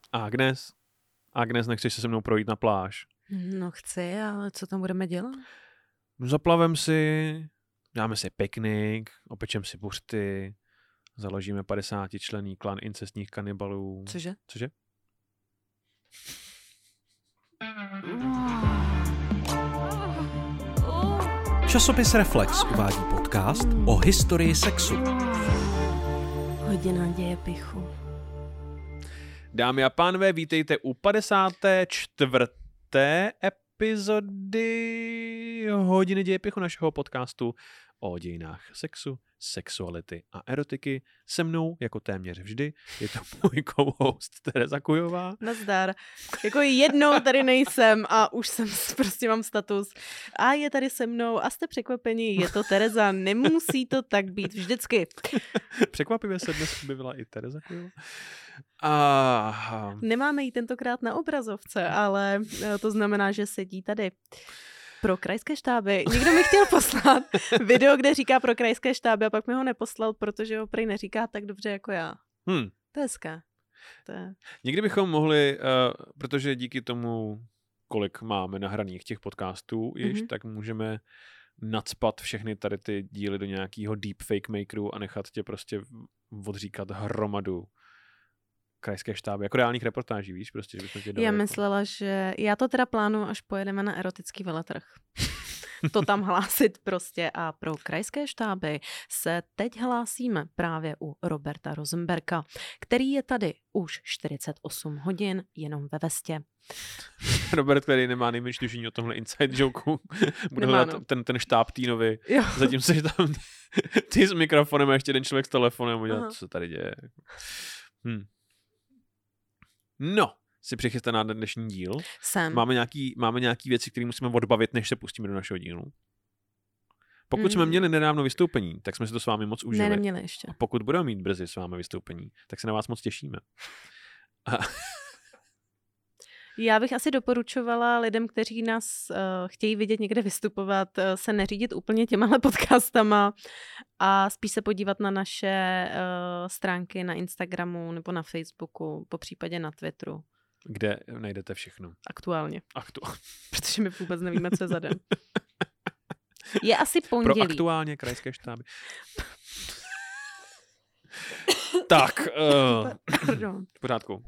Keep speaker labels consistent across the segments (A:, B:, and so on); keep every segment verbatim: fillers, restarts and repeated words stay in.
A: Agnes? Agnes, nechceš se se mnou projít na pláž?
B: No chci, ale co tam budeme dělat?
A: No zaplavem si, dáme si piknik, opečem si buřty, založíme padesátičlenný klan incestních kanibalů.
B: Cože?
A: Cože?
C: Časopis Reflex uvádí podcast o historii sexu.
B: Hodina dějepichu.
A: Dámy a pánové, vítejte u padesáté čtvrté epizody Hodiny dějepichu našeho podcastu o dějinách sexu, sexuality a erotiky. Se mnou, jako téměř vždy, je to můj co-host Tereza Kujová.
B: Nazdar. Jako jednou tady nejsem a už jsem prostě mám status. A je tady se mnou a jste překvapení, je to Tereza. Nemusí to tak být vždycky.
A: Překvapivě se dnes objevila i Tereza Kujová. A...
B: Nemáme ji tentokrát na obrazovce, ale to znamená, že sedí tady. Pro krajské štáby. Někdo mi chtěl poslat video, kde říká pro krajské štáby a pak mi ho neposlal, protože ho prej neříká tak dobře jako já.
A: Hmm.
B: To je hezké. To je...
A: Někdy bychom mohli, uh, protože díky tomu, kolik máme nahraných těch podcastů již, mm-hmm. tak můžeme nacpat všechny tady ty díly do nějakého deepfake makeru a nechat tě prostě odříkat hromadu krajské štáby, jako reálných reportáží, víš, prostě, že bychom tě dali.
B: Já
A: jako...
B: myslela, že já to teda plánuju, až pojedeme na erotický veletrh. To tam hlásit prostě a pro krajské štáby se teď hlásíme právě u Roberta Rosenberga, který je tady už čtyřicet osm hodin jenom ve vestě.
A: Robert, který nemá nejmenší tušení o tomhle inside joke, bude
B: Nemá,
A: hledat
B: no.
A: ten, ten štáb týnovi,
B: Jo.
A: zatím se tam ty s mikrofonem a ještě jeden člověk s telefonem udělat,
B: Aha.
A: co se tady děje. Hm. No, si přichystaná na dnešní díl.
B: Jsem.
A: Máme nějaký, máme nějaký věci, které musíme odbavit, než se pustíme do našeho dílu. Pokud
B: Mm.
A: jsme měli nedávno vystoupení, tak jsme si to s vámi moc užili.
B: Ne, neměli ještě.
A: A pokud budeme mít brzy s vámi vystoupení, tak se na vás moc těšíme. A...
B: Já bych asi doporučovala lidem, kteří nás uh, chtějí vidět někde vystupovat, uh, se neřídit úplně těmahle podcastama a spíš se podívat na naše uh, stránky na Instagramu nebo na Facebooku, po případě na Twitteru.
A: Kde najdete všechno.
B: Aktuálně.
A: Aktu...
B: Protože my vůbec nevíme, co je za den. Je asi pondělí.
A: Pro aktuálně krajské štáby. Tak. Uh...
B: Pardon.
A: V pořádku.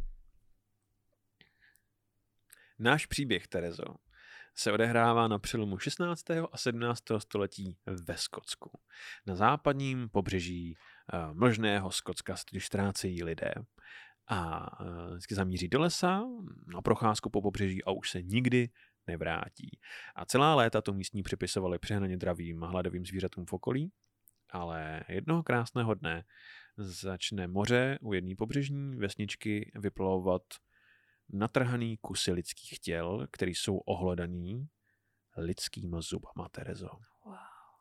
A: Náš příběh, Terezo, se odehrává na přelomu šestnáctého a sedmnáctého století ve Skotsku. Na západním pobřeží uh, mlžného Skotska se totiž ztrácejí lidé a uh, vždycky zamíří do lesa na procházku po pobřeží a už se nikdy nevrátí. A celá léta to místní připisovali přehnaně dravým a hladovým zvířatům v okolí, ale jednoho krásného dne začne moře u jedné pobřežní vesničky vyplavovat natrhaný kusy lidských těl, které jsou ohlodaný lidskýma zubama, Terezo.
B: Wow.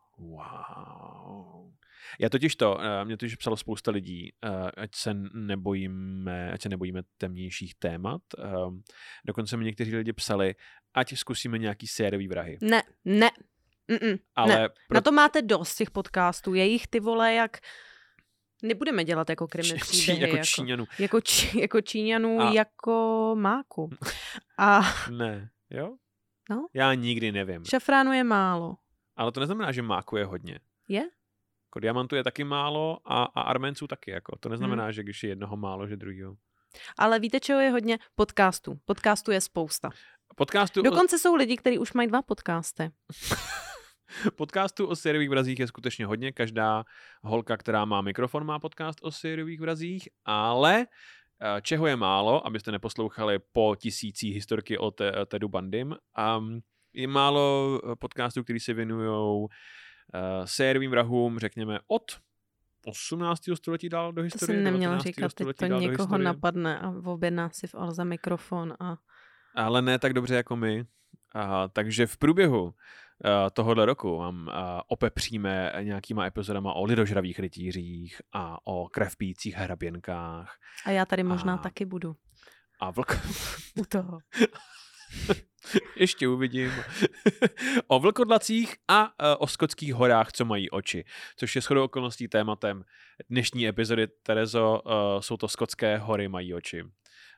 A: Wow. Já totiž to, mě totiž psalo spousta lidí, ať se nebojíme, ať se nebojíme temnějších témat. Dokonce mi někteří lidi psali, ať zkusíme nějaký sériový vrahy.
B: Ne, ne. Mm-mm,
A: Ale
B: ne.
A: pro...
B: Na to máte dost těch podcastů. Je jich ty vole jak... Nebudeme dělat jako krimi příběhy.
A: Jako
B: jako
A: Číňanů.
B: Jako, či, jako Číňanů,
A: A...
B: jako máku. A
A: Ne, jo?
B: No.
A: Já nikdy nevím.
B: šafránu je málo.
A: Ale to neznamená, že máku je hodně.
B: Je?
A: Jako diamantu je taky málo a, a arménců taky. Jako. To neznamená,
B: Hmm.
A: že když je jednoho málo, že druhýho.
B: Ale víte, čeho je hodně? Podcastů. Podcastů je spousta.
A: Podcastu
B: Dokonce jsou lidi, kteří už mají dva podcasty.
A: Podcastů o sériových vrazích je skutečně hodně. Každá holka, která má mikrofon, má podcast o sériových vrazích, ale čeho je málo, abyste neposlouchali po tisící historky o te, Tedu Bundym, um, je málo podcastů, který se věnují uh, sériovým vrahům, řekněme, od osmnáctého století dál do
B: To
A: historie.
B: jsem neměla říkat, teď to
A: dál do
B: někoho
A: historie.
B: napadne a objedná si v Alze mikrofon. A...
A: Ale ne tak dobře jako my. Aha, takže v průběhu uh, tohohle roku vám uh, opepříme nějakýma epizodama o lidožravých rytířích a o krev pijících hraběnkách.
B: a já tady možná
A: A-
B: taky budu.
A: A vlk...
B: U toho.
A: Ještě uvidím. O vlkodlacích a uh, o skotských horách, co mají oči. Což je shodou okolností tématem dnešní epizody. Terezo, uh, jsou to skotské hory mají oči.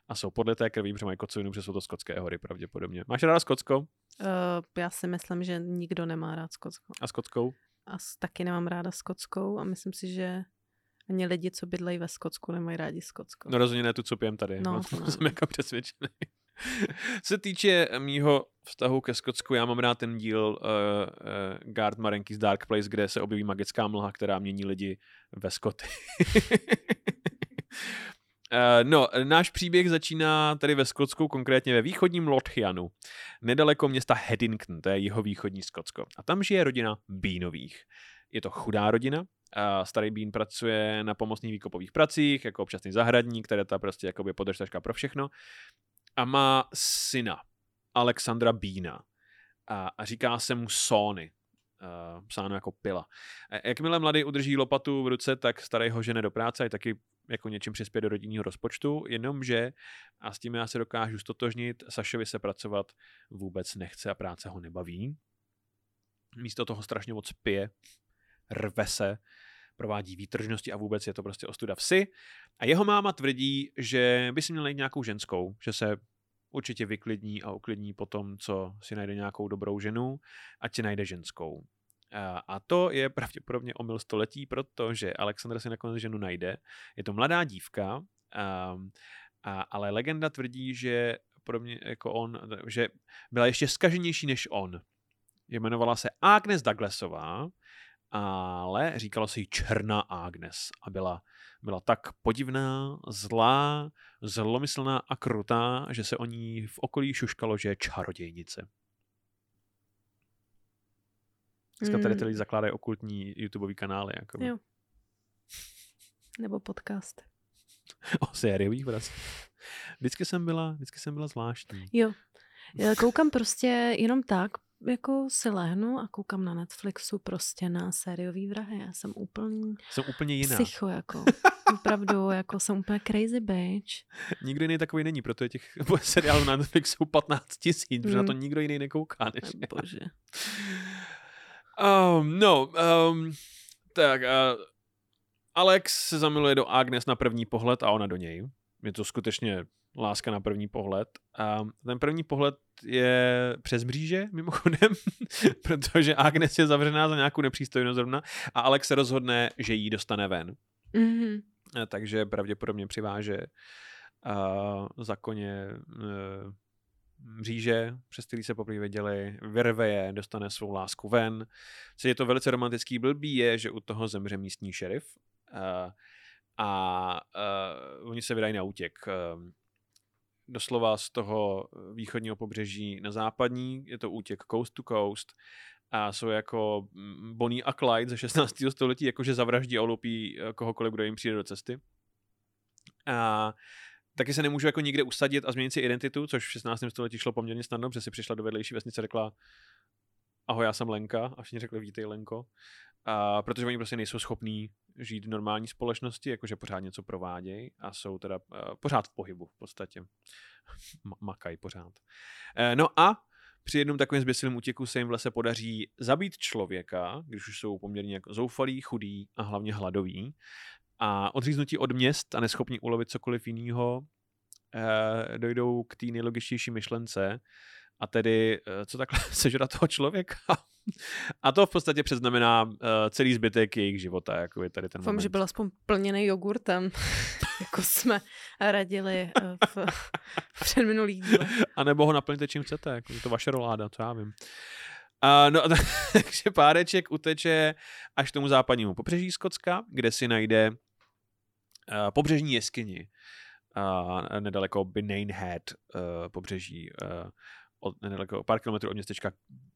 A: a jsou podlité krví, protože mají kocovinu, protože jsou to skotské hory pravděpodobně. Máš ráda Skotsko?
B: Uh, já si myslím, že nikdo nemá rád Skotsko.
A: A skotskou?
B: A taky nemám ráda skotskou a myslím si, že ani lidi, co bydlejí ve Skotsku, nemají rádi Skotsko.
A: No rozhodně ne tu, co pijem tady.
B: No,
A: No,
B: no.
A: jsem jako přesvědčený. Co se týče mýho vztahu ke Skotsku, já mám rád ten díl uh, uh, Garth Marenghi's Dark Place, kde se objeví magická mlha, která mění lidi ve Skoty. Uh, no, náš příběh začíná tady ve Skotsku, konkrétně ve východním Lothianu, nedaleko města Headington, to je jihovýchodní Skotsko. A tam žije rodina Beanových. Je to chudá rodina. A starý Bean pracuje na pomocných výkopových pracích, jako občasný zahradník, které ta prostě jakoby podržtačka pro všechno. A má syna, Alexandra Beana. A, a říká se mu Sony. Uh, psáno jako pila. A jakmile mladý udrží lopatu v ruce, tak starý ho žene do práce a je taky jako něčím přispět do rodinného rozpočtu, jenomže, a s tím já se dokážu stotožnit, Sašovi se pracovat vůbec nechce a práce ho nebaví. Místo toho strašně moc pije, rve se, provádí výtržnosti a vůbec je to prostě ostuda vsi. A jeho máma tvrdí, že by si měl najít nějakou ženskou, že se určitě vyklidní a uklidní po tom, co si najde nějakou dobrou ženu, ať si najde ženskou. A to je pravděpodobně omyl století, protože Alexandra si nakonec ženu najde. Je to mladá dívka, a, a, ale legenda tvrdí, že podobně jako on, že byla ještě zkaženější než on. Jmenovala se Agnes Douglasová, ale říkalo se jí Černá Agnes a byla, byla tak podivná, zlá, zlomyslná a krutá, že se o ní v okolí šuškalo, že je čarodějnice. Dneska tady ty lidi zakládají okultní YouTubeový kanály. Jako.
B: Jo. Nebo podcast.
A: O sériových vracích. Vždycky jsem byla, vždycky jsem byla zvláštní.
B: Jo. Já koukám prostě jenom tak, jako si lehnu a koukám na Netflixu prostě na sériový vrahy. Já jsem úplně...
A: Jsem úplně jiná.
B: Psycho, jako. Opravdu, jako jsem úplně crazy bitch.
A: Nikdo jiný takový není, proto je těch seriálů na Netflixu patnáct tisíc, mm. protože na to nikdo jiný nekouká. Než
B: Bože.
A: Um, no, um, tak uh, Alex se zamiluje do Agnes na první pohled a ona do něj. Je to skutečně láska na první pohled. A ten první pohled je přes mříže, mimochodem, protože Agnes je zavřená za nějakou nepřístojnost zrovna a Alex se rozhodne, že jí dostane ven.
B: Mm-hmm.
A: Takže pravděpodobně přiváže uh, za koně uh, mříže, přes který se poprvé viděli, vyrve je, dostane svou lásku ven. Co je to velice romantický blbý je, že u toho zemře místní šerif uh, a uh, oni se vydají na útěk. Uh, doslova z toho východního pobřeží na západní, je to útěk coast to coast a jsou jako Bonnie a Clyde ze šestnáctého století, jakože zavraždí a olupí kohokoliv, kdo jim přijde do cesty. A taky se nemůžu jako nikde usadit a změnit si identitu, což v šestnáctém století šlo poměrně snadno, protože si přišla do vedlejší vesnice a řekla ahoj, já jsem Lenka a všichni řekli vítej Lenko. A protože oni prostě nejsou schopní žít v normální společnosti, jakože pořád něco provádějí a jsou teda uh, pořád v pohybu v podstatě. Makají pořád. Uh, no a při jednom takovém zběsilém útěku se jim v lese podaří zabít člověka, když už jsou poměrně jako zoufalí, chudí a hlavně hladoví. A odříznutí od měst a neschopní ulovit cokoliv jiného uh, dojdou k té nejlogičtější myšlence a tedy uh, co takhle sežrat toho člověka. A to v podstatě předznamená uh, celý zbytek jejich života. Jako je tady ten
B: Doufám,
A: moment.
B: že byl aspoň plněný jogurtem, jako jsme radili uh, v, v předminulých dílech.
A: A nebo ho naplňte čím chcete, jako je to vaše roláda, co já vím. Uh, no, takže páreček uteče až k tomu západnímu pobřeží Skotska, kde si najde uh, pobřežní jeskyni uh, nedaleko Binane Head uh, pobřeží uh, od, nedaleko pár kilometrů od městečka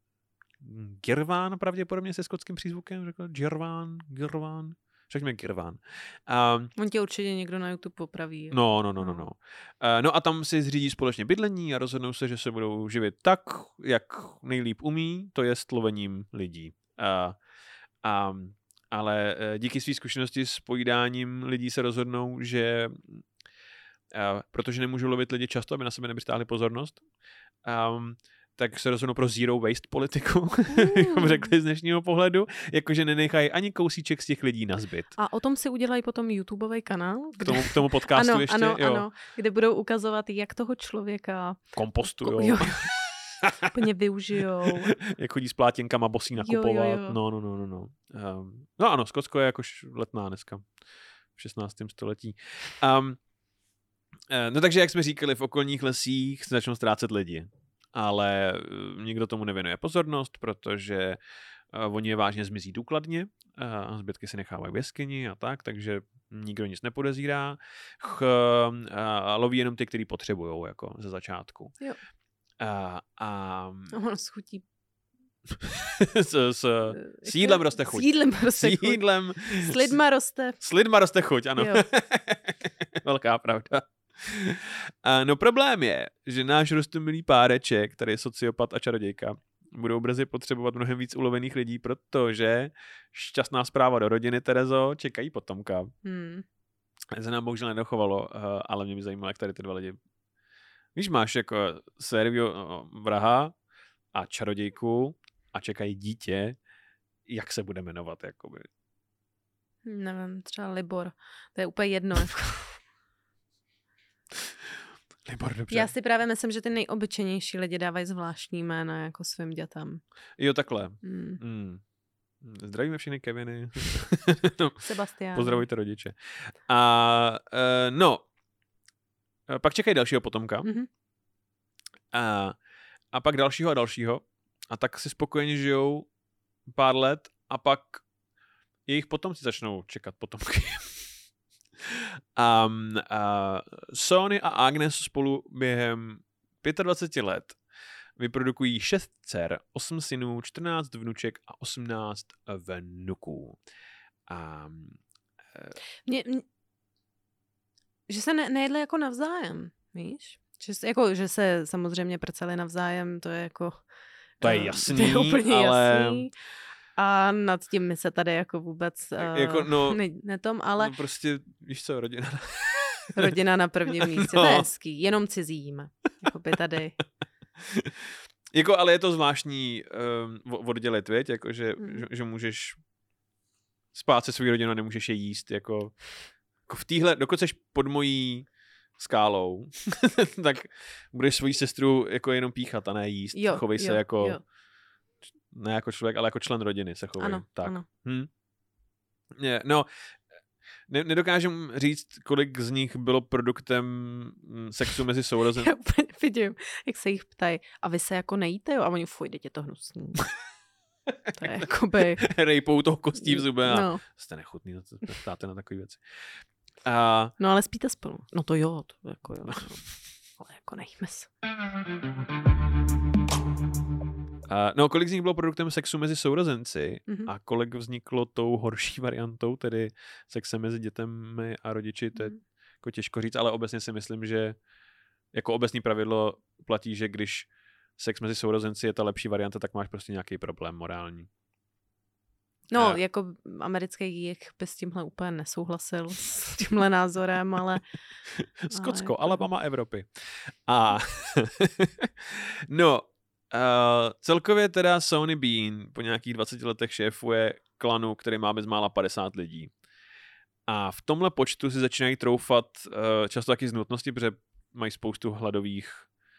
A: Girvan, pravděpodobně se skotským přízvukem, řekl Girvan, Girvan, řekněme Girvan. Um,
B: On tě určitě někdo na YouTube popraví.
A: no, no, no, no, no. Uh, no a tam si zřídí společně bydlení a rozhodnou se, že se budou živit tak, jak nejlíp umí, to je lovením lidí. Uh, um, ale uh, díky své zkušenosti s pojídáním lidí se rozhodnou, že uh, protože nemůžou lovit lidi často, aby na sebe nepřitáhli pozornost, um, tak se rozhodnou pro zero waste politiku, jak řekli z dnešního pohledu, jakože nenechají ani kousíček z těch lidí na zbyt.
B: A o tom si udělají potom YouTubeový kanál.
A: K tomu, k tomu podcastu
B: ano,
A: ještě,
B: ano,
A: jo.
B: ano, kde budou ukazovat, jak toho člověka
A: kompostujou.
B: Jo, úplně využijou.
A: Jak chodí s plátěnkama bosí nakupovat.
B: Jo, jo, jo.
A: No, no, no, no. No, um, no ano, Skotsko je jakož letná dneska v šestnáctém století. Um, no takže, jak jsme říkali, v okolních lesích se začnou ztrácet lidi. Ale nikdo tomu nevěnuje pozornost, protože uh, oni je vážně zmizí důkladně a uh, zbytky si nechávají v jeskyni a tak, takže nikdo nic nepodezírá. Ch, uh, loví jenom ty, který potřebujou jako ze začátku.
B: Jo.
A: A, a...
B: Ono schutí.
A: s, s, s jídlem roste chuť.
B: S jídlem roste chuť.
A: S jídlem.
B: S lidma roste.
A: S lidma roste chuť, ano. Velká pravda. A no problém je, že náš roztomilý páreček, který je sociopat a čarodějka, budou brzy potřebovat mnohem víc ulovených lidí, protože šťastná zpráva do rodiny, Terezo, čekají potomka.
B: Hmm.
A: Se nám bohužel nedochovalo, ale mě by zajímalo, jak tady ty dva lidi. Víš, máš jako sériu vraha a čarodějku a čekají dítě, jak se bude jmenovat, jakoby.
B: Nevím, třeba Libor. To je úplně jedno. Jako.
A: Libor, dobře.
B: Já si právě myslím, že ty nejobyčejnější lidi dávají zvláštní jména jako svým dětem.
A: Jo, takhle.
B: Hmm.
A: Hmm. Zdravíme všechny Keviny.
B: Sebastián.
A: Pozdravujte rodiče. A uh, no, pak čekají dalšího potomka.
B: Mm-hmm.
A: A, a pak dalšího a dalšího. A tak si spokojeně žijou pár let a pak jejich potomci začnou čekat potomky. a, a Sony a Agnes spolu během dvacet pět let vyprodukují šest dcer, osm synů, čtrnáct vnuček a osmnáct vnuků. A,
B: mě, mě, že se ne, nejedli jako navzájem, víš? Že, jako, že se samozřejmě prceli navzájem, to je jako...
A: To je jasný,
B: to je úplně
A: ale...
B: jasný. A nad tím my se tady jako vůbec uh,
A: jako, no,
B: ne, netom, ale...
A: No prostě, víš co, rodina...
B: rodina na prvním místě, no. To je hezký, jenom cizí jíme. Jakoby tady...
A: Jako, ale je to zvláštní um, oddělit, věď? Jako, že,
B: mm.
A: že, že můžeš spát se svou rodinou a nemůžeš je jíst. Jako, jako v téhle, dokud seš pod mojí skálou, tak budeš svoji sestru jako jenom píchat a ne jíst.
B: Jo,
A: chovej
B: jo,
A: se jako,
B: jo.
A: ne jako člověk, ale jako člen rodiny se chovej.
B: Ano,
A: tak.
B: ano.
A: Hm? Je, no, ne, nedokážem říct, kolik z nich bylo produktem sexu mezi sourozenci.
B: Já úplně vidím, jak se jich ptají. A vy se jako nejíte, jo? A oni, fuj, teď je to hnusný. To je jakoby...
A: Rejpou toho kostí v zube a
B: no.
A: Jste nechutný, ptáte na takové věci. A...
B: No ale spíte spolu. No to jo, to jako jo. Ale jako nejíme se.
A: Uh, no, kolik z nich bylo produktem sexu mezi sourozenci
B: mm-hmm.
A: a kolik vzniklo tou horší variantou, tedy sexem mezi dětmi a rodiči, to je mm-hmm. jako těžko říct, ale obecně si myslím, že jako obecný pravidlo platí, že když sex mezi sourozenci je ta lepší varianta, tak máš prostě nějaký problém morální.
B: No,
A: uh,
B: jako americký jich by s tímhle úplně nesouhlasil, s tímhle názorem, ale...
A: Skotsko,
B: ale
A: Alabama Evropy. A no, Uh, celkově teda Sony Bean po nějakých dvaceti letech šéfuje klanu, který má bezmála padesát lidí. A v tomhle počtu si začínají troufat uh, často taky z nutnosti, protože mají spoustu hladových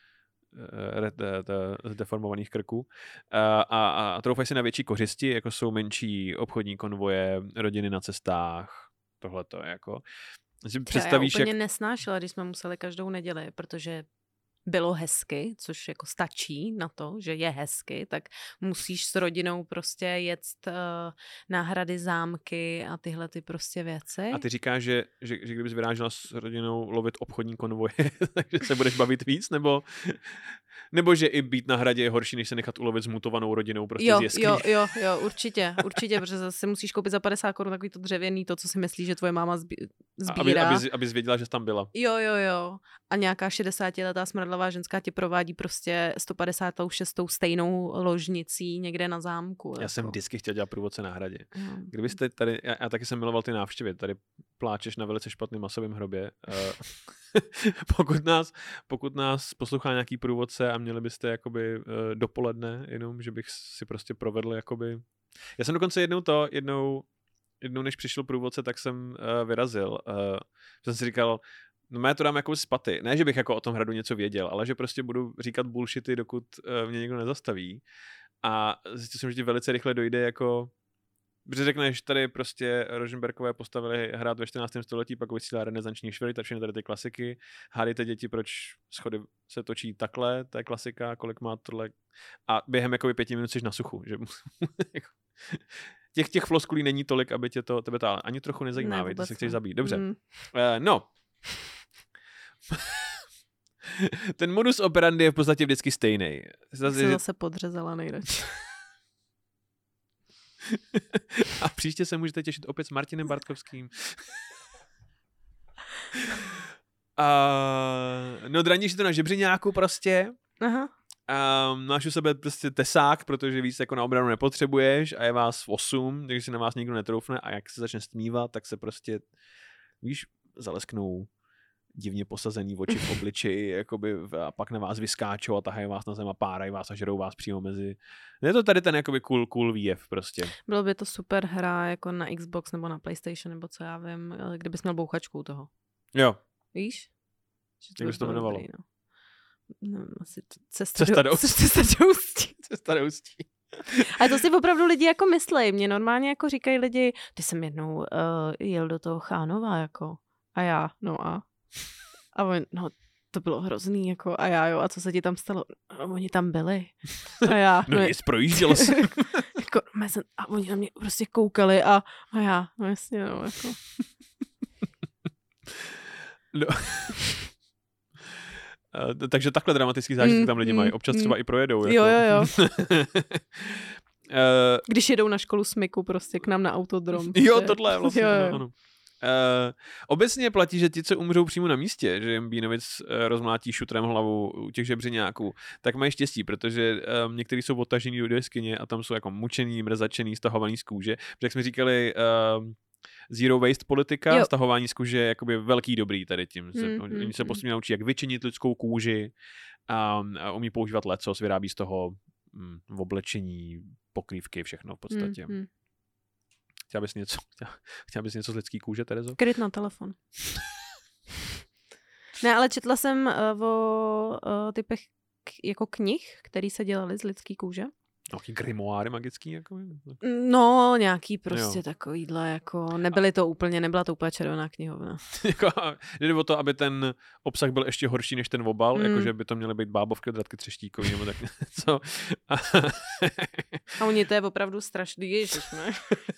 A: uh, deformovaných krků. Uh, a, a troufají si na větší kořisti, jako jsou menší obchodní konvoje, rodiny na cestách, tohleto jako. Si představíš,
B: já úplně
A: jak...
B: nesnášela, když jsme museli každou neděli, protože bylo hezky, což jako stačí na to, že je hezky, tak musíš s rodinou prostě jet uh, na hrady, zámky a tyhle ty prostě věci.
A: A ty říkáš, že, že, že kdybys vyrážela s rodinou lovit obchodní konvoje, takže se budeš bavit víc, nebo, nebo že i být na hradě je horší, než se nechat ulovit zmutovanou rodinou prostě
B: jo,
A: z jeskyní.
B: Jo, jo, jo, určitě, určitě, protože zase musíš koupit za padesát korun takový to dřevěný, to, co si myslíš, že tvoje máma zbí, sbírá.
A: Aby, aby, abys věděla, že jsi tam byla.
B: Jo, jo, jo. A nějaká šedesátiletá smradlavá ženská tě provádí prostě sto padesát šest stejnou ložnicí někde na zámku.
A: Já
B: jako.
A: jsem vždycky chtěl dělat průvodce na hradě.
B: Hmm.
A: Kdybyste tady, já, já taky jsem miloval ty návštěvy, tady pláčeš na velice špatným masovém hrobě. Uh, pokud, nás, pokud nás poslouchá nějaký průvodce a měli byste jakoby uh, dopoledne jenom, že bych si prostě provedl jakoby... Já jsem dokonce jednou to, jednou, jednou než přišel průvodce, tak jsem uh, vyrazil. Uh, jsem si říkal, no já to dám jako z paty. Ne, že bych jako o tom hradu něco věděl, ale že prostě budu říkat bullshity, dokud uh, mě někdo nezastaví. A zjistil jsem, že ti velice rychle dojde jako... Protože řekneš, tady prostě Rosenberkové postavili hrát ve čtrnáctém století, pak vysílá renesanční švily, tak všechny tady ty klasiky. Hádejte děti, proč schody se točí takhle, to je klasika, kolik má tohle. A během jakoby pěti minut jsi na suchu. Že... těch, těch floskulí není tolik, aby tě to, tebe to ani trochu nezajímá, ne, ty se chceš zabít. Dobře. Mm. Uh, no. Ten modus operandi je v podstatě vždycky stejný.
B: Zase, že... zase podřezala nejradši.
A: A příště se můžete těšit opět s Martinem Bartkovským. uh, no draníš to na žebřiňáku prostě. Aha. Um, máš u sebe prostě tesák, protože víc jako na obranu nepotřebuješ a je vás osm, takže se na vás nikdo netroufne a jak se začne stmívat, tak se prostě, víš, zalesknou divně posazený oči v obličeji, jakoby, a pak na vás vyskáčou a tahají vás na zem a párají vás a žerou vás přímo mezi... Je to tady ten jakoby cool, cool výjev prostě.
B: Bylo by to super hra jako na Xbox nebo na PlayStation nebo co já vím, kdybys měl bouchačku toho.
A: Jo.
B: Víš?
A: Jak bys to jmenovalo?
B: Dobrý, no. No, asi
A: cesta, cesta do
B: ústí. Cesta do ústí.
A: Cesta do ústí.
B: A to si opravdu lidi jako myslej. Mně normálně jako říkají lidi, ty jsem jednou uh, jel do toho Chánova jako a já, no a a on, no to bylo hrozný jako a já jo, a co se ti tam stalo? No, oni tam byli. A já.
A: No, no nic, projížděl jsem.
B: Jako, a oni na mě prostě koukali a, a já, no jasně, no jako.
A: No. Uh, takže takhle dramatický zážitek mm, tam lidi mm, mají. Občas mm. třeba i projedou. Jako.
B: Jo, jo, jo. uh, Když jedou na školu smyku prostě k nám na autodrom.
A: Jo, tohle vlastně, jo, jo. Ano, ano. Uh, obecně platí, že ti, co umřou přímo na místě, že jim Bínovic uh, rozmlátí šutrem hlavu u těch žebřiňáků, tak mají štěstí, protože um, někteří jsou odtažený do jeskyně a tam jsou jako mučený, mrzačený, stahovaný z kůže. Protože jak jsme říkali, uh, zero waste politika, jo. Stahování z kůže je jakoby velký dobrý tady tím. Mm, Oni mm, se postupně naučí, jak vyčinit lidskou kůži a, a umí používat lecos, vyrábí z toho mm, v oblečení, pokrývky, všechno v podstatě. Mm, mm. Chtěla bys něco, chtěla, chtěla bys něco z lidský kůže, Terezo?
B: Kryt na telefon. Ne, ale četla jsem uh, o uh, typech k, jako knih, které se dělaly z lidský kůže.
A: Nějaký grimoáry magický? Jako?
B: No, nějaký prostě jo. Takovýhle, jako nebyly to úplně, nebyla to úplně červená knihovna.
A: Jde o to, aby ten obsah byl ještě horší než ten obal, mm. jakože by to měly být bábovky, dratky třeštíkový, nebo tak něco.
B: A oni to je opravdu strašný, ježiš, ne?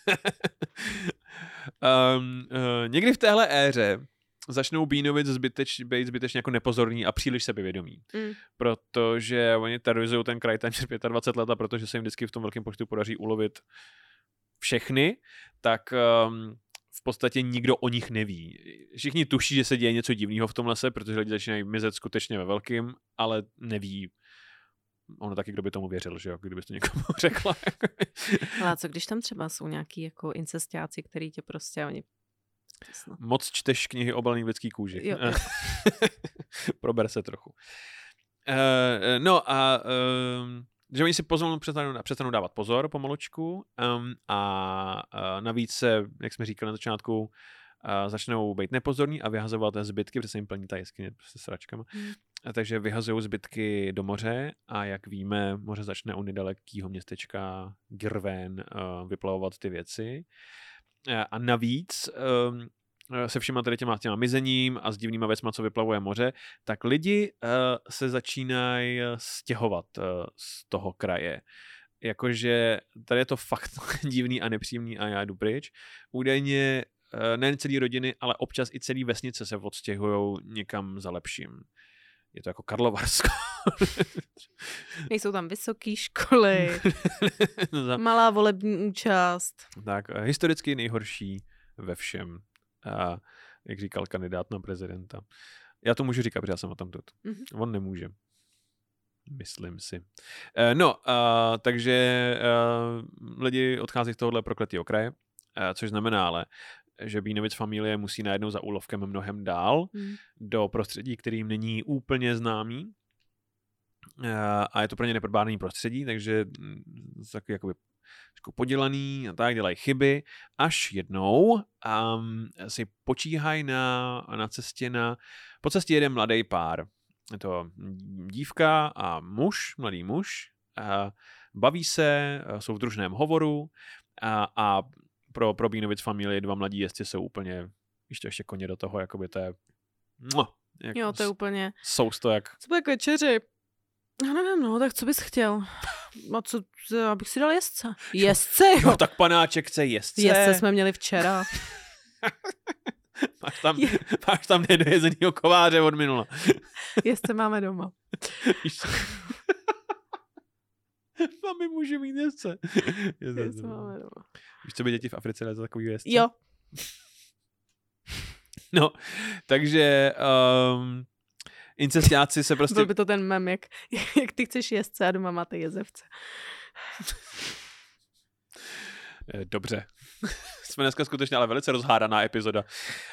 A: um, uh, někdy v téhle éře začnou Bínovic zbyteč, být zbytečně jako nepozorní a příliš sebevědomí. Mm. Protože oni terorizují ten kraj téměř dvacet pět let a protože se jim vždycky v tom velkém počtu podaří ulovit všechny, tak um, v podstatě nikdo o nich neví. Všichni tuší, že se děje něco divného v tom lese, protože lidi začínají mizet skutečně ve velkým, ale neví. Ono taky, kdo by tomu věřil, že jo, kdybys to někomu řekla.
B: Ale co když tam třeba jsou nějaký jako incestiáci, který tě prostě oni
A: Přesno. Moc čteš knihy obalený v lidský kůži.
B: Jo, jo.
A: Prober se trochu. Uh, no a uh, že oni si pozvolnou přestanou, přestanou dávat pozor pomalučku um, a uh, navíc se, jak jsme říkali na začátku, uh, začnou být nepozorní a vyhazovat zbytky, protože se jim plní ta jeskyně se sračkama. Hmm. A takže vyhazují zbytky do moře a jak víme, moře začne u nedalekého městečka Girven uh, vyplavovat ty věci. A navíc um, se všema tady těma, těma mizením a s divnýma věcma, co vyplavuje moře, tak lidi uh, se začínají stěhovat uh, z toho kraje. Jakože tady je to fakt divný a nepříjemný a já jdu pryč. Údajně uh, nejen celý rodiny, ale občas i celý vesnice se odstěhují někam za lepším. Je to jako Karlovarsko.
B: Nejsou tam vysoké školy, malá volební účast.
A: Tak, historicky nejhorší ve všem. A jak říkal kandidát na prezidenta. Já to můžu říkat, protože já jsem o tom tut. Mm-hmm. On nemůže. Myslím si. No, uh, takže uh, lidi odchází z tohohle prokletého kraje, uh, což znamená ale, že Beanovic familie musí najednou za úlovkem mnohem dál hmm. do prostředí, kterým není úplně známý. A je to pro ně nepodbárný prostředí, takže taky jakoby podělaný a tak, dělají chyby, až jednou um, si počíhají na, na cestě na, po cestě jede mladý pár. Je to dívka a muž, mladý muž, a baví se, jsou v družném hovoru a, a pro, pro Beanovic familii dva mladí jezdci jsou úplně, ještě ještě koně do toho, jakoby to je jak,
B: jo, to je úplně
A: sousto jak
B: co bude k večeři? Já nevím, no, tak co bys chtěl? A co, abych si dal jezdce? Jezdce, jo.
A: No tak panáček chce jezdce.
B: Jezdce jsme měli včera.
A: máš, tam, máš tam nedojezenýho kováře od minula.
B: Jezdce máme doma.
A: Mami, může mít jezdce.
B: Jezdce máme doma.
A: Víš, co by děti v Africe dali za takový jezdce?
B: Jo.
A: No, takže um, incestiáci se prostě...
B: Byl by to ten mem, jak, jak ty chceš jezdce a doma máte jezevce.
A: Dobře. Jsme dneska skutečně ale velice rozhádaná epizoda.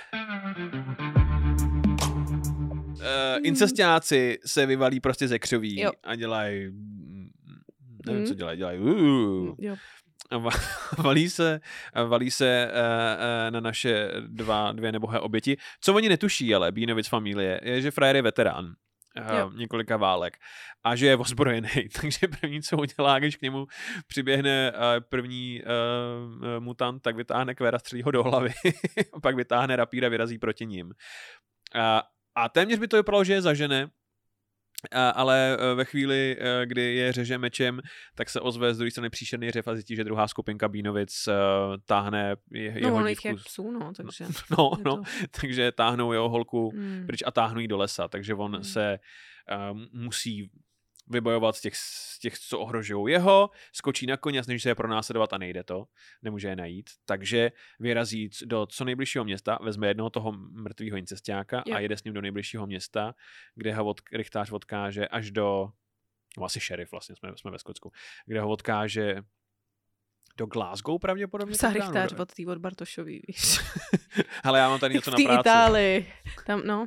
A: Uh, incestiáci se vyvalí prostě ze křoví jo. a dělají... Nevím, mm. co dělají. Dělají... Uh,
B: jo.
A: Valí se, valí se uh, uh, na naše dva, dvě nebohé oběti. Co oni netuší, ale Beanovic familie, je, že frajer je veterán uh, několika válek a že je ozbrojený. Takže první, co udělá, když k němu přiběhne uh, první uh, mutant, tak vytáhne kvéra, střelí ho do hlavy a pak vytáhne rapír a vyrazí proti ním. Uh, a téměř by to vypadalo, že je zažene, ale ve chvíli, kdy je řeže mečem, tak se ozve z druhé strany příšerný řev a zjistí, že druhá skupinka Beanovic táhne je,
B: no,
A: jeho
B: no,
A: dívku.
B: No, psů, no, takže...
A: No, no, to... takže táhnou jeho holku
B: mm.
A: pryč a táhnou jí do lesa, takže on mm. se uh, musí vybojovat z těch, z těch, co ohrožují jeho, skočí na koně a snaží se je pronásledovat a nejde to, nemůže je najít, takže vyrazí do co nejbližšího města, vezme jednoho toho mrtvého incestiáka a jede s ním do nejbližšího města, kde ho od, rychtář odkáže až do, no asi šerif vlastně, jsme, jsme ve Skotsku, kde ho odkáže do Glasgow pravděpodobně.
B: Psa rychtář od tý od Bartošový, víš.
A: Ale já mám tady něco na práci.
B: V té Itálii, tam, no.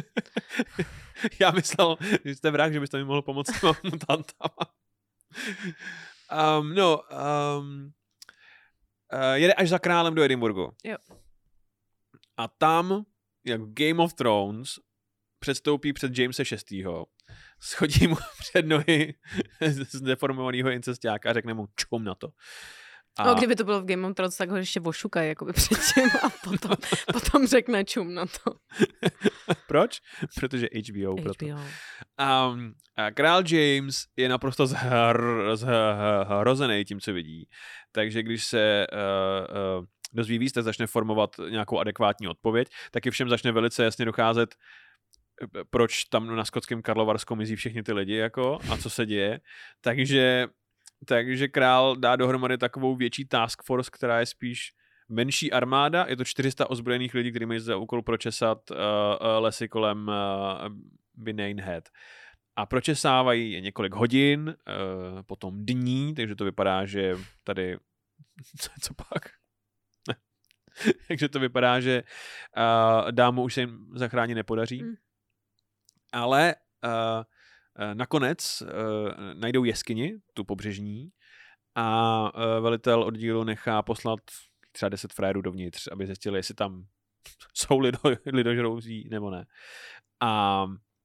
A: Já myslel, že jste vrah, že byste mi mohl pomoct s těma mutantama. Um, no, um, uh, jede až za králem do Edinburghu.
B: Jo.
A: A tam, jak Game of Thrones, předstoupí před Jamese šestého. Schodí mu před nohy z deformovaného incestiáka a řekne mu čum na to.
B: A... No, kdyby to bylo v Game of Thrones, tak ho ještě ošukají jakoby předtím a potom, potom řekne čum na to.
A: Proč? Protože H B O.
B: H B O.
A: Proto. Um, a král James je naprosto zhr, zhrozený tím, co vidí. Takže když se uh, uh, dozví víc, tak začne formovat nějakou adekvátní odpověď, taky všem začne velice jasně docházet, proč tam na skotském Karlovarsku mizí všichni ty lidi jako, a co se děje. Takže Takže král dá dohromady takovou větší task force, která je spíš menší armáda. Je to čtyři sta ozbrojených lidí, kteří mají za úkol pročesat uh, uh, lesy kolem uh, Binane Head. A pročesávají je několik hodin, uh, potom dní, takže to vypadá, že tady... Co, co pak? Takže to vypadá, že uh, dámu už se jim zachránit nepodaří. Mm. Ale... Uh, Nakonec uh, najdou jeskyni, tu pobřežní, a uh, velitel oddílu nechá poslat třeba deset frérů dovnitř, aby zjistili, jestli tam jsou lido, lidožrouzí nebo ne. A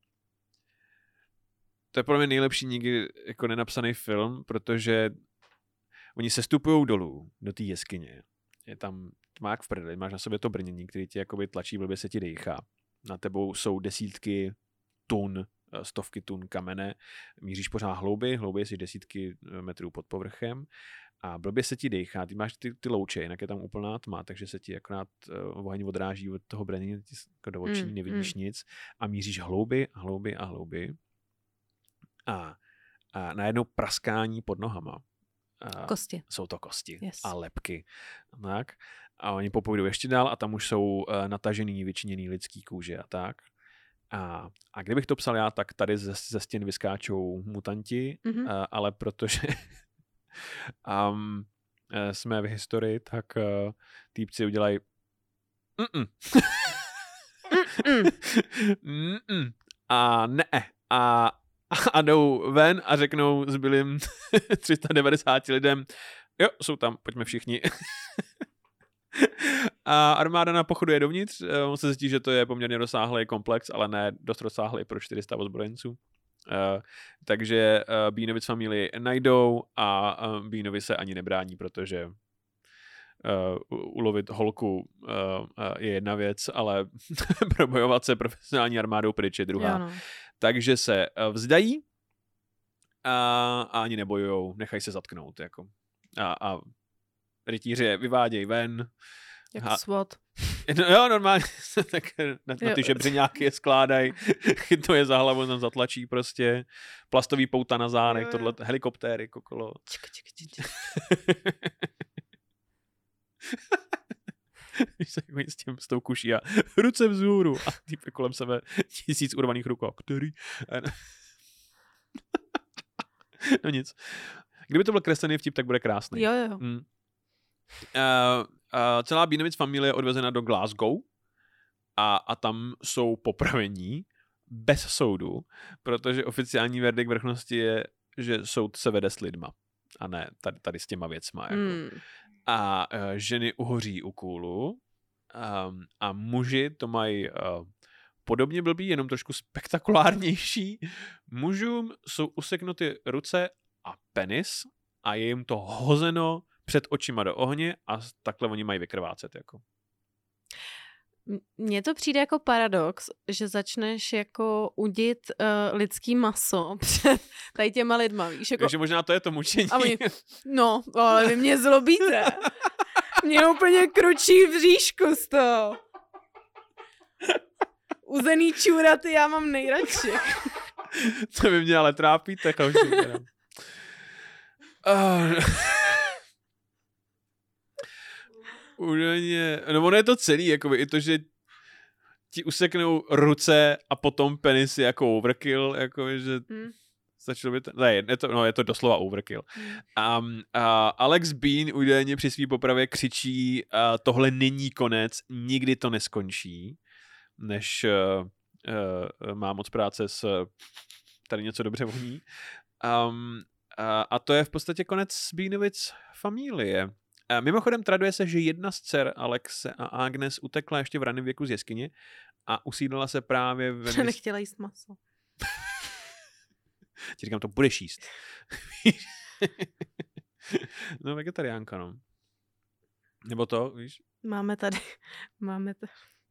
A: to je pro mě nejlepší nikdy jako nenapsaný film, protože oni sestupují dolů do té jeskyně. Je tam tmák v prdeli, máš na sobě to brnění, který ti jakoby tlačí, blbě se ti dejchá. Na tebou jsou desítky tun, stovky tun kamene, míříš pořád hlouby, hlouby jsi desítky metrů pod povrchem a blbě se ti dejchá, ty máš ty, ty louče, jinak je tam úplná tma, takže se ti akorát uh, oheň odráží od toho brnění do očí, mm, nevidíš mm. nic a míříš hlouby a hlouby a hlouby a, a najednou praskání pod nohama. A
B: kosti.
A: Jsou to kosti
B: yes.
A: a lepky. Tak. A oni popojdou ještě dál a tam už jsou uh, natažený, vyčiněný lidský kůže a tak. A, a kdybych to psal já, tak tady ze, ze stěn vyskáčou mutanti, mm-hmm. a, ale protože um, jsme v historii, tak uh, týpci udělají Mm-mm. Mm-mm. A ne. A, a jdou ven a řeknou zbylým tři sta devadesáti lidem, jo, jsou tam, pojďme všichni. A armáda na pochodu je dovnitř, on se zjistí, že to je poměrně rozsáhlý komplex, ale ne dost rozsáhlý pro čtyři sta ozbrojenců. Uh, takže uh, Beanovic familii najdou a uh, Beanovi se ani nebrání, protože uh, ulovit holku uh, uh, je jedna věc, ale probojovat se profesionální armádou pryč je druhá.
B: no.
A: Takže se uh, vzdají a, a ani nebojujou, nechají se zatknout. Jako. A, a rytíři je vyvádějí ven.
B: Jako
A: Ha-
B: SWAT.
A: No jo, normálně tak na, na ty žebřeňáky je skládají, to je za hlavu, tam zatlačí prostě, plastový pouta na zádech, tohle, helikoptéry kokolo.
B: Ček, ček, ček, ček.
A: Víš se jako s tím, s tou kuší a ruce vzhůru a týpek kolem sebe tisíc urvaných rukou. Který? No nic. Kdyby to byl kreslený vtip, tak bude krásný.
B: Jo, jo.
A: Mm. Uh, uh, celá Beanovic familie je odvezena do Glasgow a, a tam jsou popravení bez soudu, protože oficiální verdikt vrchnosti je, že soud se vede s lidma a ne tady, tady s těma věcma. Jako.
B: Mm.
A: A uh, ženy uhoří u kůlu um, a muži to mají uh, podobně blbý, jenom trošku spektakulárnější. Mužům jsou useknuty ruce a penis a je jim to hozeno před očima do ohně a takhle oni mají vykrvácet. Jako.
B: Mně to přijde jako paradox, že začneš jako udit uh, lidský maso před tady těma lidma, víš? Jako...
A: Takže možná to je to mučení.
B: A oni, no, ale vy mě zlobíte. Mě úplně kručí v bříšku z toho. Uzený čůraty já mám nejradši.
A: To by mě ale trápí, tak už Údajně, no ono je to celý, jakoby, i to, že ti useknou ruce a potom penis je jako overkill, jako, že hmm. začalo by to, ne, je to, no, je to doslova overkill. Hmm. Um, uh, Alex Bean údajně při svý popravě křičí, uh, tohle není konec, nikdy to neskončí, než uh, uh, má moc práce s tady něco dobře voní. Um, a, a to je v podstatě konec Beanovic familie. A mimochodem traduje se, že jedna z dcer Alexe a Agnes utekla ještě v raném věku z jeskyně a usídlila se právě ve
B: Že nechtěla jíst maso.
A: Ti říkám, to budeš jíst. No, vegetariánka, no. Nebo to, víš?
B: Máme tady, máme tady.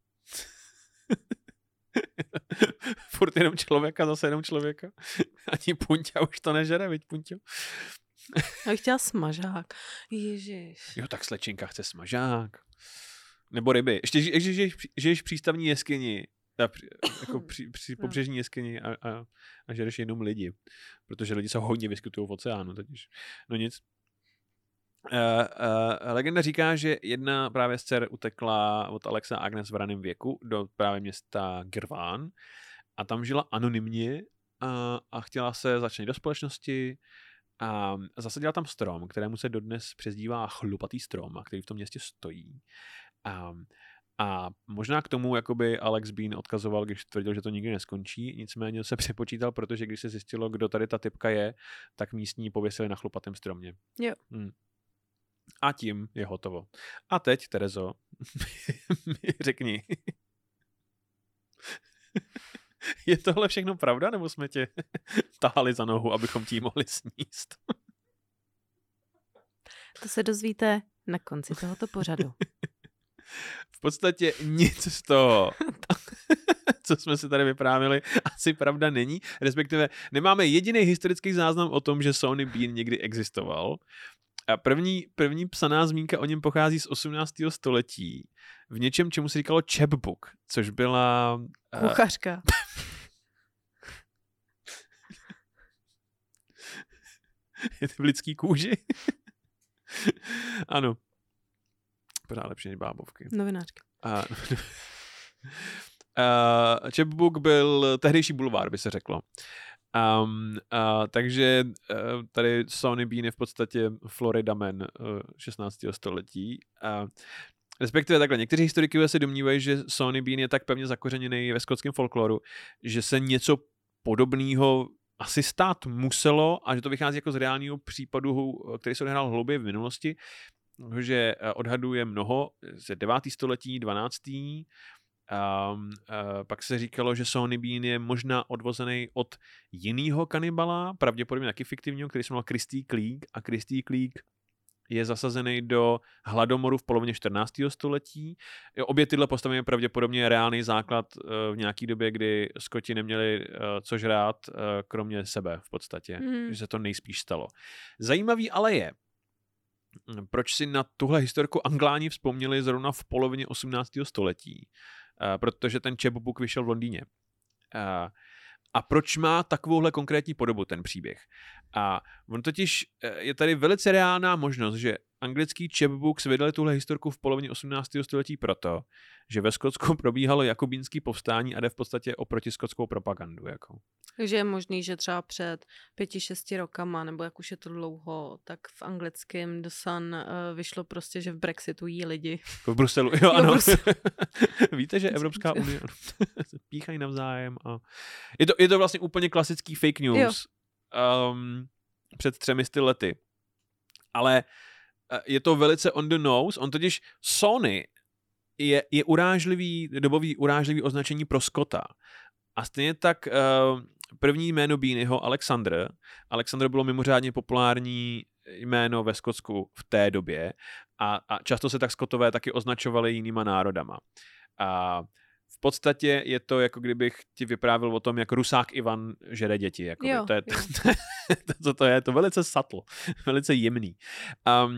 A: Furt jenom člověka, zase jenom člověka. Ani Punťa už to nežere, viď, Punťo?
B: Já bych chtěla smažák. Ježiš.
A: Jo, tak slečinka chce smažák. Nebo ryby. Ještě, že žiješ, žiješ v přístavní jeskyni, a při, jako při, při pobřežní jeskyni a, a, a žereš jenom lidi. Protože lidi se hodně vyskytují v oceánu totiž. No nic. Uh, uh, legenda říká, že jedna právě z dcer utekla od Alexa a Agnes v raném věku do právě města Girvan a tam žila anonymně a, a chtěla se začít do společnosti a zasadila tam strom, kterému se dodnes přezdívá chlupatý strom, a který v tom městě stojí. A, a možná k tomu jakoby Alex Bean odkazoval, když tvrdil, že to nikdy neskončí, nicméně se přepočítal, protože když se zjistilo, kdo tady ta typka je, tak místní pověsili na chlupatém stromě.
B: Jo.
A: Hmm. A tím je hotovo. A teď, Terezo, řekni. Je tohle všechno pravda, nebo jsme tě tahali za nohu, abychom ti mohli sníst?
B: To se dozvíte na konci tohoto pořadu.
A: V podstatě nic z toho, co jsme si tady vyprávěli, asi pravda není. Respektive nemáme jediný historický záznam o tom, že Sonny Bean někdy existoval. A první, první psaná zmínka o něm pochází z osmnáctého století v něčem, čemu se říkalo chapbook, což byla...
B: Kuchařka. Uh,
A: je to v lidský kůži? Ano. Pořád lepší než bábovky.
B: Novinářky.
A: Uh, uh, chapbook byl tehdejší bulvár, by se řeklo. Um, uh, takže uh, tady Sonny Bean je v podstatě Florida man uh, šestnáctého století. Uh, respektive takhle, někteří historikové se domnívají, že Sonny Bean je tak pevně zakořeněný ve skotském folkloru, že se něco podobného asi stát muselo a že to vychází jako z reálního případu, který se odehrál hlouběji v minulosti, že odhaduje mnoho ze devátého století, dvanáctého Um, uh, pak se říkalo, že Sonny Bean je možná odvozený od jiného kanibala, pravděpodobně taky fiktivního, který se jmenoval Christy Cleek a Christy Cleek je zasazený do hladomoru v polovině čtrnáctého století. Obě tyhle postavy je pravděpodobně reálný základ uh, v nějaký době, kdy Skoti neměli uh, co žrát, uh, kromě sebe v podstatě, mm. že se to nejspíš stalo. Zajímavý ale je, proč si na tuhle historku Angláni vzpomněli zrovna v polovině osmnáctého století. Uh, protože ten chapbook vyšel v Londýně. Uh, a proč má takovouhle konkrétní podobu ten příběh? A on totiž je tady velice reálná možnost, že anglický chapbooks vydali tuhle historku v polovině osmnáctého století proto, že ve Skotsku probíhalo jakobínský povstání a jde v podstatě o protiskotskou propagandu. Jako.
B: Takže je možný, že třeba před pěti, šesti rokama, nebo jak už je to dlouho, tak v anglickém The Sun uh, vyšlo prostě, že v Brexitu jí lidi.
A: V Bruselu, jo, ano. Bruselu. Víte, že Evropská unie se píchají navzájem. A... Je, to, je to vlastně úplně klasický fake news um, před třemi sty lety. Ale je to velice on the nose. On totiž Sonny je, je urážlivý, dobový urážlivý označení pro Skota. A stejně tak uh, první jméno Beanyho, Alexander. Alexander bylo mimořádně populární jméno ve Skotsku v té době a, a často se tak Skotové taky označovali jinýma národama. A v podstatě je to, jako kdybych ti vyprávěl o tom, jak Rusák Ivan žere děti. Jo, to je to, to, to, to je to velice subtle, velice jemný. Um, uh,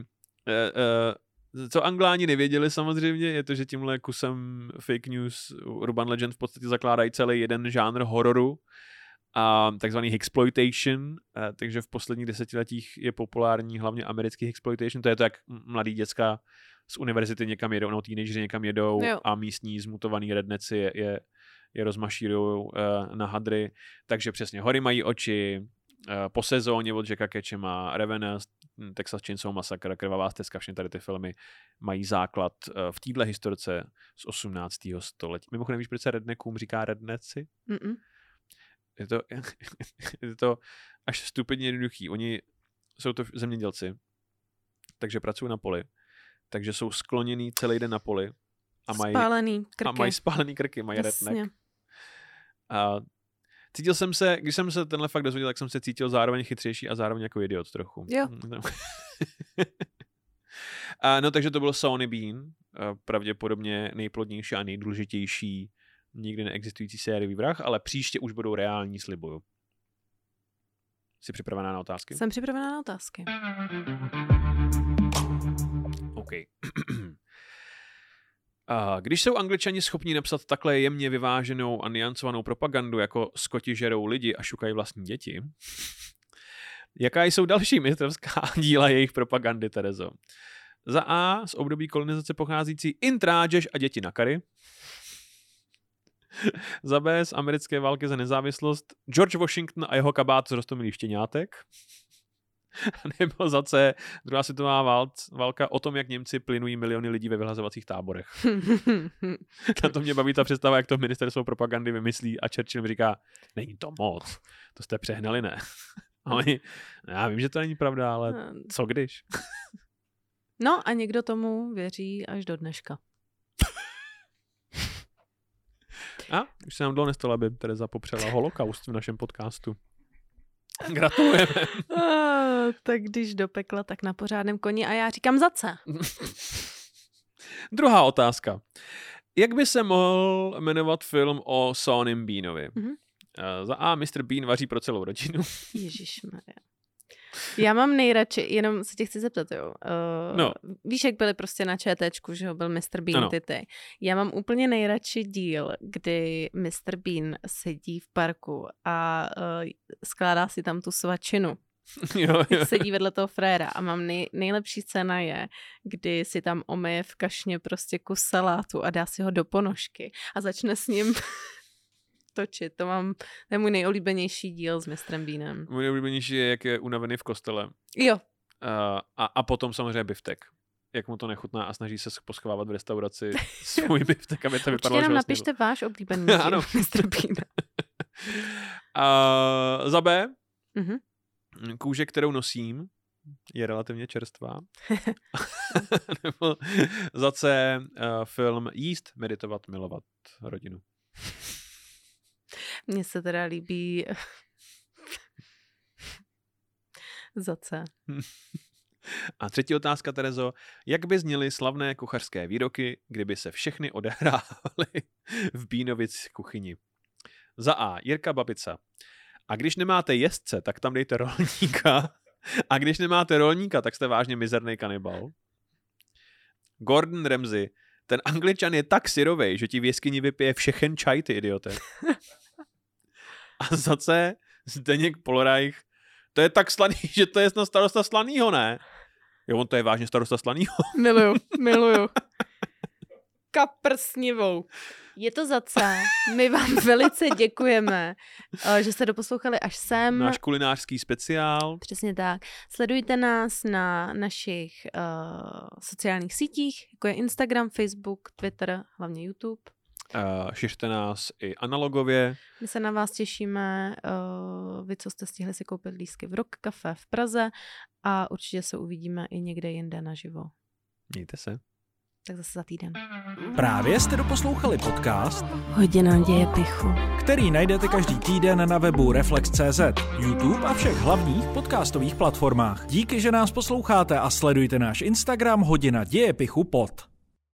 A: uh, co Angláni nevěděli samozřejmě, je to, že tímhle kusem fake news Urban Legend v podstatě zakládají celý jeden žánr hororu, a takzvaný exploitation, a, takže v posledních desetiletích je populární hlavně americký exploitation, to je to, jak mladý děcka z univerzity někam jedou, no teenageři někam jedou jo. a místní zmutovaný redneci je, je, je rozmašírujou uh, na hadry, takže přesně hory mají oči, uh, po sezóně od Jacka Ketchema, Revenant, Texas Chainsaw Massacre, Krvavá stezka, všechny tady ty filmy mají základ uh, v téhle historce z osmnáctého století. Mimochodem, víš, proč se redneckům říká redneci? Mm-mm. Je to, je to až stupidně jednoduchý. Oni jsou to zemědělci, takže pracují na poli, takže jsou skloněný celý den na poli a mají
B: spálený krky.
A: A mají spálený krky, mají redneck. A cítil jsem se, když jsem se tenhle fakt dozvěděl, tak jsem se cítil zároveň chytřejší a zároveň jako idiot trochu.
B: Jo.
A: a no, takže to byl Sonny Bean, pravděpodobně nejplodnější a nejdůležitější nikdy neexistující sériový vrah, ale příště už budou reální, slibuju. Jsi připravená na otázky?
B: Jsem připravená na otázky.
A: OK. A když jsou Angličani schopni napsat takhle jemně vyváženou a niancovanou propagandu, jako Skoti žerou lidi a šukají vlastní děti, jaká jsou další mistrovská díla jejich propagandy, Terezo? Za A z období kolonizace pocházející Intrážeš a děti na kary. Za B z americké války za nezávislost George Washington a jeho kabát z roztomilých štěňátek. Nebo za C druhá světová válc, válka o tom, jak Němci plynují miliony lidí ve vyhlazovacích táborech. Na to mě baví ta představa, jak to ministerstvo propagandy vymyslí a Churchill mi říká, není to moc, to jste přehnali, ne? A oni, já vím, že to není pravda, ale co když?
B: No a někdo tomu věří až do dneška.
A: A už se nám dlouho nestalo, aby Tereza popřela holokaust v našem podcastu. Gratulujeme.
B: A, tak když do pekla, tak na pořádném koni a já říkám za C.
A: Druhá otázka. Jak by se mohl jmenovat film o Sonnym Beanovi? Mm-hmm. Za A. mister Bean vaří pro celou rodinu.
B: Ježišmarja. Já mám nejradši, jenom se tě chci zeptat, jo. Uh, no. Víš, jak byly prostě na ČTčku, že ho byl mister Bean ano. ty ty. Já mám úplně nejradši díl, kdy mister Bean sedí v parku a uh, skládá si tam tu svačinu.
A: Jo, jo.
B: Sedí vedle toho fréra a mám nej, nejlepší scéna je, kdy si tam omeje v kašně prostě kus salátu a dá si ho do ponožky a začne s ním točit. To mám, to je můj nejoblíbenější díl s mistrem Beanem.
A: Můj nejoblíbenější je, jak je unavený v kostele.
B: Jo.
A: Uh, a, a potom samozřejmě biftek. jak mu to nechutná a snaží se poschovávat v restauraci svůj biftek, aby to vypadalo,
B: že
A: že
B: nám napište váš oblíbený díl.
A: Ano.
B: mister Bean.
A: Uh, za B,
B: Mhm.
A: kůže, kterou nosím, je relativně čerstvá. Nebo za C, uh, film Jíst, meditovat, milovat rodinu.
B: Mně se teda líbí za C.
A: A třetí otázka, Terezo. Jak by zněly slavné kuchařské výroky, kdyby se všechny odehrávaly v Bínovic kuchyni? Za A. Jirka Babica. A když nemáte jezdce, tak tam dejte rolníka. A když nemáte rolníka, tak jste vážně mizerný kanibal. Gordon Ramsay. Ten Angličan je tak syrovej, že ti v jeskyni vypije všechen čaj, ty idiote. A za C. Zdeněk Polreich. To je tak slaný, že to je snad starosta Slanýho, ne? Jo, on to je vážně starosta Slanýho.
B: Miluju, miluju. Kaprsnivou. Je to za C. My vám velice děkujeme, že jste doposlouchali až sem.
A: Náš kulinářský speciál.
B: Přesně tak. Sledujte nás na našich uh, sociálních sítích, jako je Instagram, Facebook, Twitter, hlavně YouTube.
A: Uh, šiřte nás i analogově.
B: My se na vás těšíme, uh, vy, co jste stihli si koupit lístky v Rock Café v Praze a určitě se uvidíme i někde jinde naživo.
A: Mějte se.
B: Tak zase za týden.
C: Právě jste doposlouchali podcast
B: Hodina děje pichu,
C: který najdete každý týden na webu Reflex tečka cé zet, YouTube a všech hlavních podcastových platformách. Díky, že nás posloucháte a sledujte náš Instagram Hodina děje pichu pod.